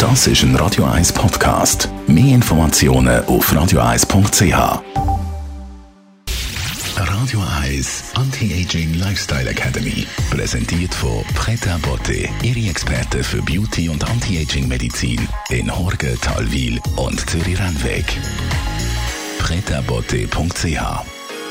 Das ist ein Radio 1 Podcast. Mehr Informationen auf radio1.ch. Radio 1 Anti-Aging Lifestyle Academy. Präsentiert von Pret à Porter. Ihre Experten für Beauty- und Anti-Aging-Medizin in Horgen, Talwil und Zürich-Rennweg. Pret-à-porter.ch.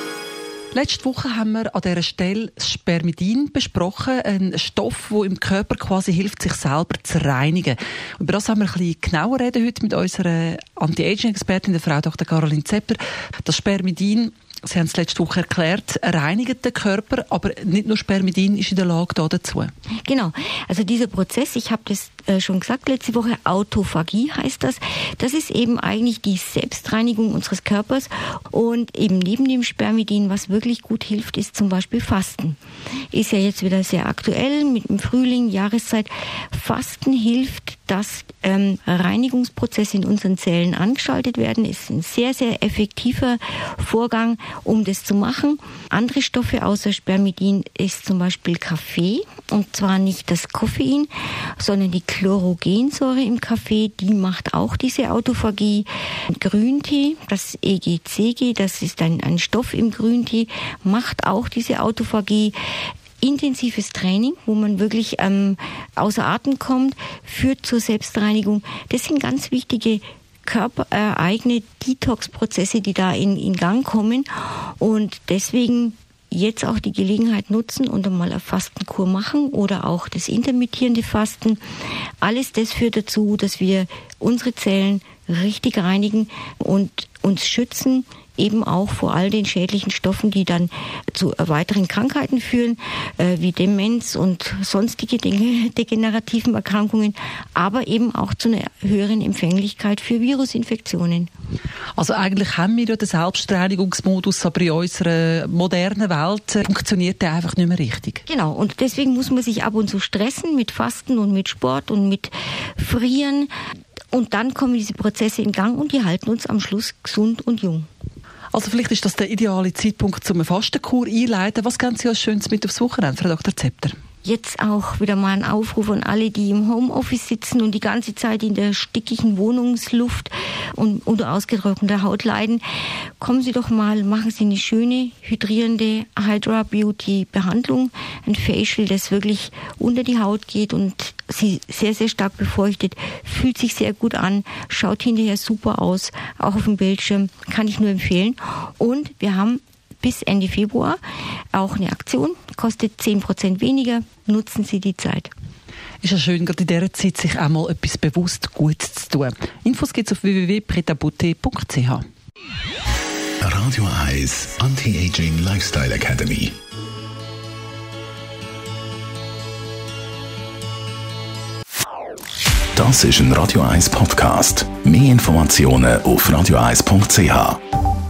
Letzte Woche haben wir an dieser Stelle das Spermidin besprochen, ein Stoff, der im Körper quasi hilft, sich selber zu reinigen. Über das haben wir ein bisschen genauer reden heute mit unserer Anti-Aging-Expertin, der Frau Dr. Caroline Zepter. Das Spermidin, Sie haben es letzte Woche erklärt, reinigt den Körper, aber nicht nur Spermidin ist in der Lage dazu. Genau, also dieser Prozess, ich habe das schon gesagt letzte Woche, Autophagie heißt das. Das ist eben eigentlich die Selbstreinigung unseres Körpers und eben neben dem Spermidin, was wirklich gut hilft, ist zum Beispiel Fasten. Ist ja jetzt wieder sehr aktuell mit dem Frühling, Jahreszeit. Fasten hilft, dass Reinigungsprozesse in unseren Zellen angeschaltet werden. Ist ein sehr, sehr effektiver Vorgang, um das zu machen. Andere Stoffe außer Spermidin ist zum Beispiel Kaffee, und zwar nicht das Koffein, sondern die Chlorogensäure im Kaffee, die macht auch diese Autophagie. Grüntee, das EGCG, das ist ein Stoff im Grüntee, macht auch diese Autophagie. Intensives Training, wo man wirklich außer Atem kommt, führt zur Selbstreinigung. Das sind ganz wichtige körpereigene Detox-Prozesse, die da in Gang kommen, und deswegen jetzt auch die Gelegenheit nutzen und einmal eine Fastenkur machen oder auch das intermittierende Fasten. Alles das führt dazu, dass wir unsere Zellen richtig reinigen und uns schützen, eben auch vor all den schädlichen Stoffen, die dann zu weiteren Krankheiten führen, wie Demenz und sonstige degenerativen Erkrankungen, aber eben auch zu einer höheren Empfänglichkeit für Virusinfektionen. Also eigentlich haben wir ja den Selbstreinigungsmodus, aber in unserer modernen Welt funktioniert der einfach nicht mehr richtig. Genau, und deswegen muss man sich ab und zu stressen mit Fasten und mit Sport und mit Frieren. Und dann kommen diese Prozesse in Gang und die halten uns am Schluss gesund und jung. Also vielleicht ist das der ideale Zeitpunkt, um eine Fastenkur einzuleiten. Was geben Sie als Schönes mit aufs Wochenende, Frau Dr. Zepter? Jetzt auch wieder mal ein Aufruf an alle, die im Homeoffice sitzen und die ganze Zeit in der stickigen Wohnungsluft und unter ausgetrockneter Haut leiden. Kommen Sie doch mal, machen Sie eine schöne, hydrierende Hydra Beauty Behandlung. Ein Facial, das wirklich unter die Haut geht und sie sehr, sehr stark befeuchtet. Fühlt sich sehr gut an, schaut hinterher super aus, auch auf dem Bildschirm. Kann ich nur empfehlen. Und wir haben bis Ende Februar auch eine Aktion, kostet 10% weniger. Nutzen Sie die Zeit. Ist ja schön, gerade in dieser Zeit sich einmal etwas bewusst Gutes zu tun. Infos gibt es auf www.pret-à-porter.ch. Radio 1 Anti-Aging Lifestyle Academy. Das ist ein Radio 1 Podcast. Mehr Informationen auf radio1.ch.